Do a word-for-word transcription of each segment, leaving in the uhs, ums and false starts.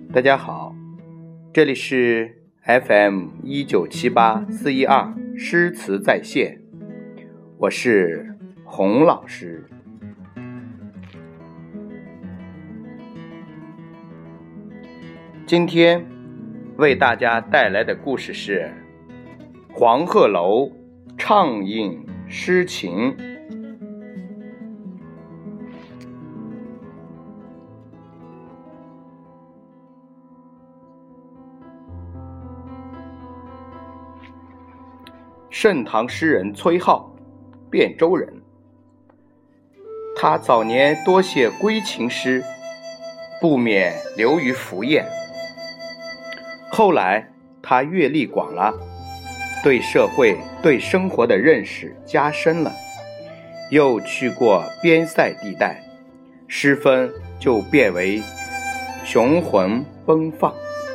大家好，这里是 F M 一九七八四一二诗词在线，我是洪老师。今天为大家带来的故事是黄鹤楼畅饮诗情。盛唐诗人崔颢，汴州人。他早年多写归情诗，不免流于浮艳。后来他阅历广了，对社会对生活的认识加深了，又去过边塞地带，诗风就变为雄浑奔放。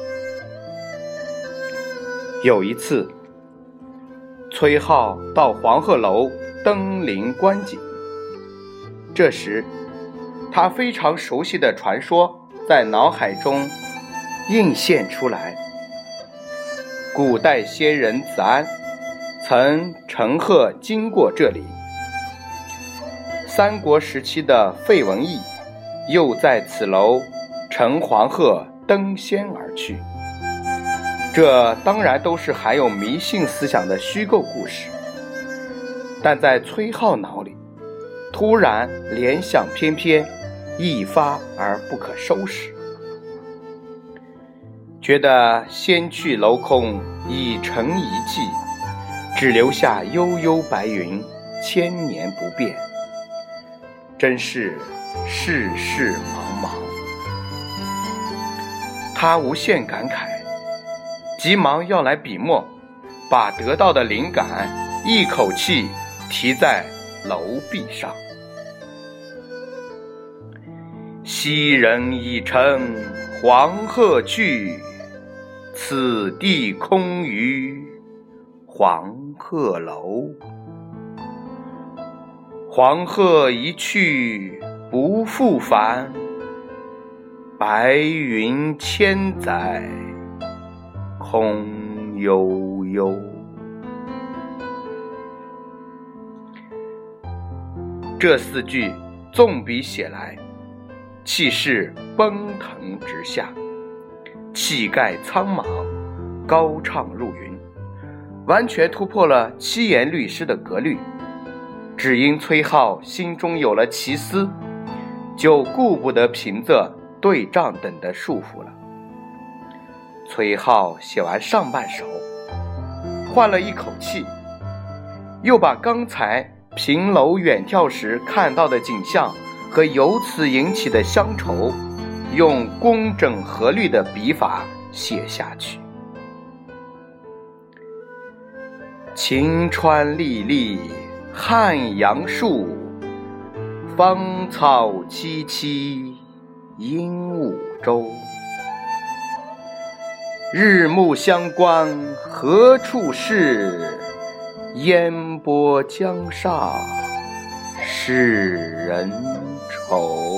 有一次崔颢到黄鹤楼登临观景，这时他非常熟悉的传说在脑海中映现出来。古代仙人子安曾乘鹤经过这里，三国时期的费文义又在此楼乘黄鹤登仙而去。这当然都是含有迷信思想的虚构故事，但在崔颢脑里突然联想翩翩，一发而不可收拾，觉得仙去楼空已成一迹，只留下悠悠白云，千年不变，真是世事茫茫。他无限感慨，急忙要来笔墨，把得到的灵感一口气题在楼壁上。昔人已乘黄鹤去，此地空余黄鹤楼。黄鹤一去不复返，白云千载空悠悠。这四句纵笔写来，气势奔腾直下，气概苍茫，高畅入云，完全突破了七言律诗的格律。只因崔颢心中有了奇思，就顾不得平仄对仗等的束缚了。崔颢写完上半首，换了一口气，又把刚才平楼远眺时看到的景象和由此引起的乡愁，用工整合律的笔法写下去。晴川历历汉阳树，芳草萋萋鹦鹉洲。日暮乡关何处是？烟波江上使人愁。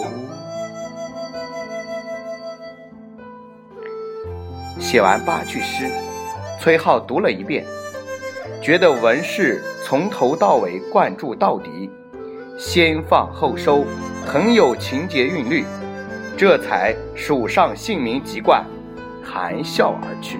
写完八句诗，崔颢读了一遍，觉得文式从头到尾贯注到底，先放后收，很有情节韵律，这才署上姓名籍贯，含笑而去。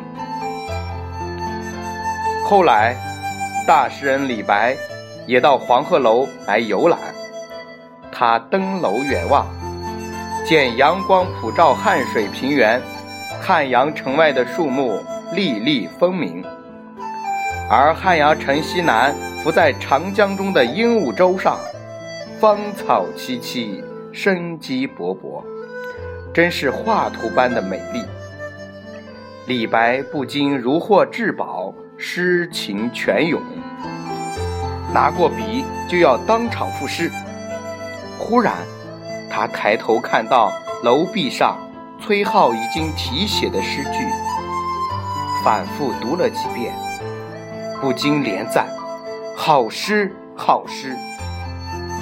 后来大诗人李白也到黄鹤楼来游览，他登楼远望，见阳光普照汉水平原，汉阳城外的树木粒粒分明，而汉阳城西南浮在长江中的鹦鹉洲上，芳草萋萋，生机勃勃，真是画图般的美丽。李白不禁如获至宝，诗情泉涌，拿过笔就要当场赋诗。忽然他抬头看到楼壁上崔颢已经题写的诗句，反复读了几遍，不禁连赞：好诗好诗。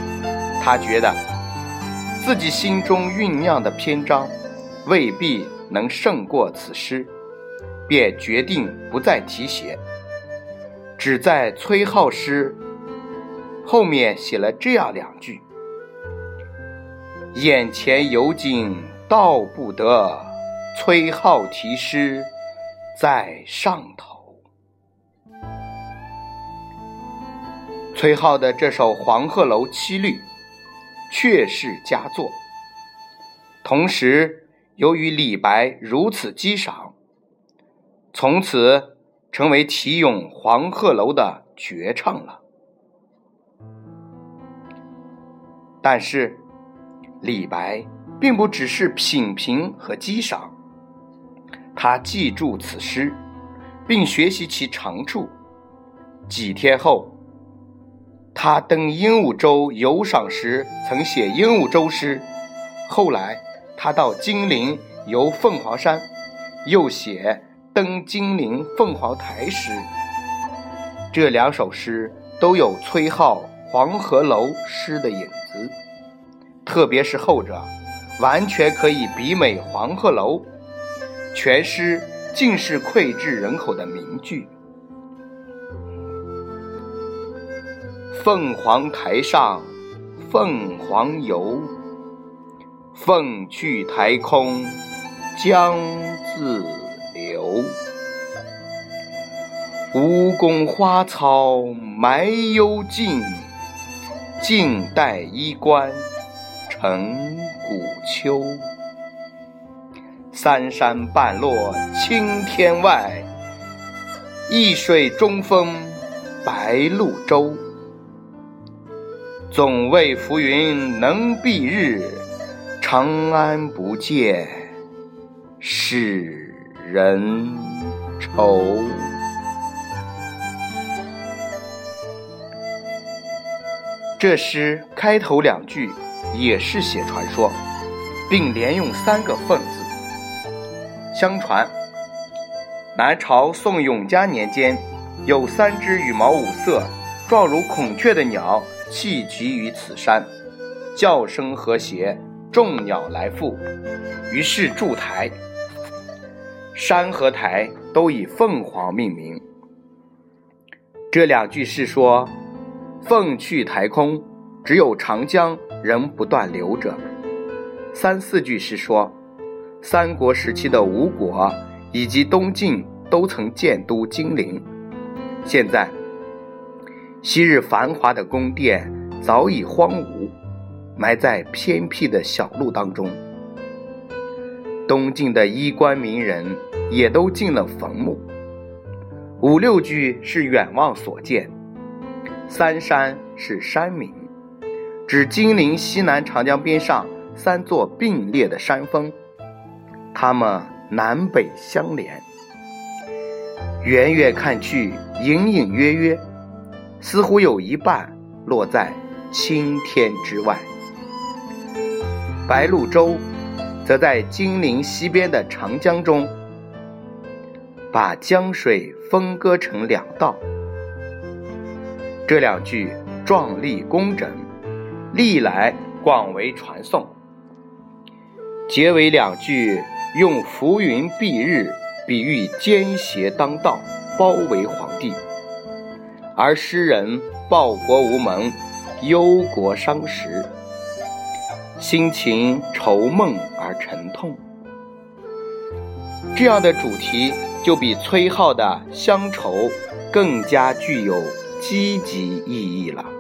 他觉得自己心中酝酿的篇章未必能胜过此诗，便决定不再题写，只在崔颢诗后面写了这样两句：眼前有景道不得，崔颢题诗在上头。崔颢的这首《黄鹤楼七律》确是佳作，同时由于李白如此激赏，从此成为题咏黄鹤楼的绝唱了。但是李白并不只是品评和激赏，他记住此诗并学习其长处。几天后，他登鹦鹉洲游赏时曾写鹦鹉洲诗，后来他到金陵游凤凰山，又写登金陵凤凰台诗。这两首诗都有崔颢黄鹤楼诗的影子，特别是后者完全可以媲美黄鹤楼，全诗尽是脍炙人口的名句。凤凰台上凤凰游，凤去台空江自流。吴宫花草埋幽径，静待衣冠成古丘。三山半落青天外，一水中风白鹭洲。总为浮云能蔽日，长安不见使人愁。这诗开头两句也是写传说，并连用三个凤字。相传南朝宋永嘉年间，有三只羽毛五色状如孔雀的鸟栖居于此山，叫声和谐，众鸟来赴，于是筑台。山和台都以凤凰命名。这两句是说凤去台空，只有长江仍不断流着。三四句是说三国时期的吴国以及东晋都曾建都金陵，现在昔日繁华的宫殿早已荒芜，埋在偏僻的小路当中。东晋的衣冠名人也都进了坟墓。五六句是远望所见，三山是山名，指金陵西南长江边上三座并列的山峰，它们南北相连，远远看去隐隐约约，似乎有一半落在青天之外。白鹭洲则在金陵西边的长江中，把江水分割成两道。这两句壮丽工整，历来广为传颂。结尾两句用浮云蔽日比喻奸邪当道，包围皇帝，而诗人报国无门，忧国伤时，心情愁闷而沉痛。这样的主题就比崔颢的乡愁更加具有积极意义了。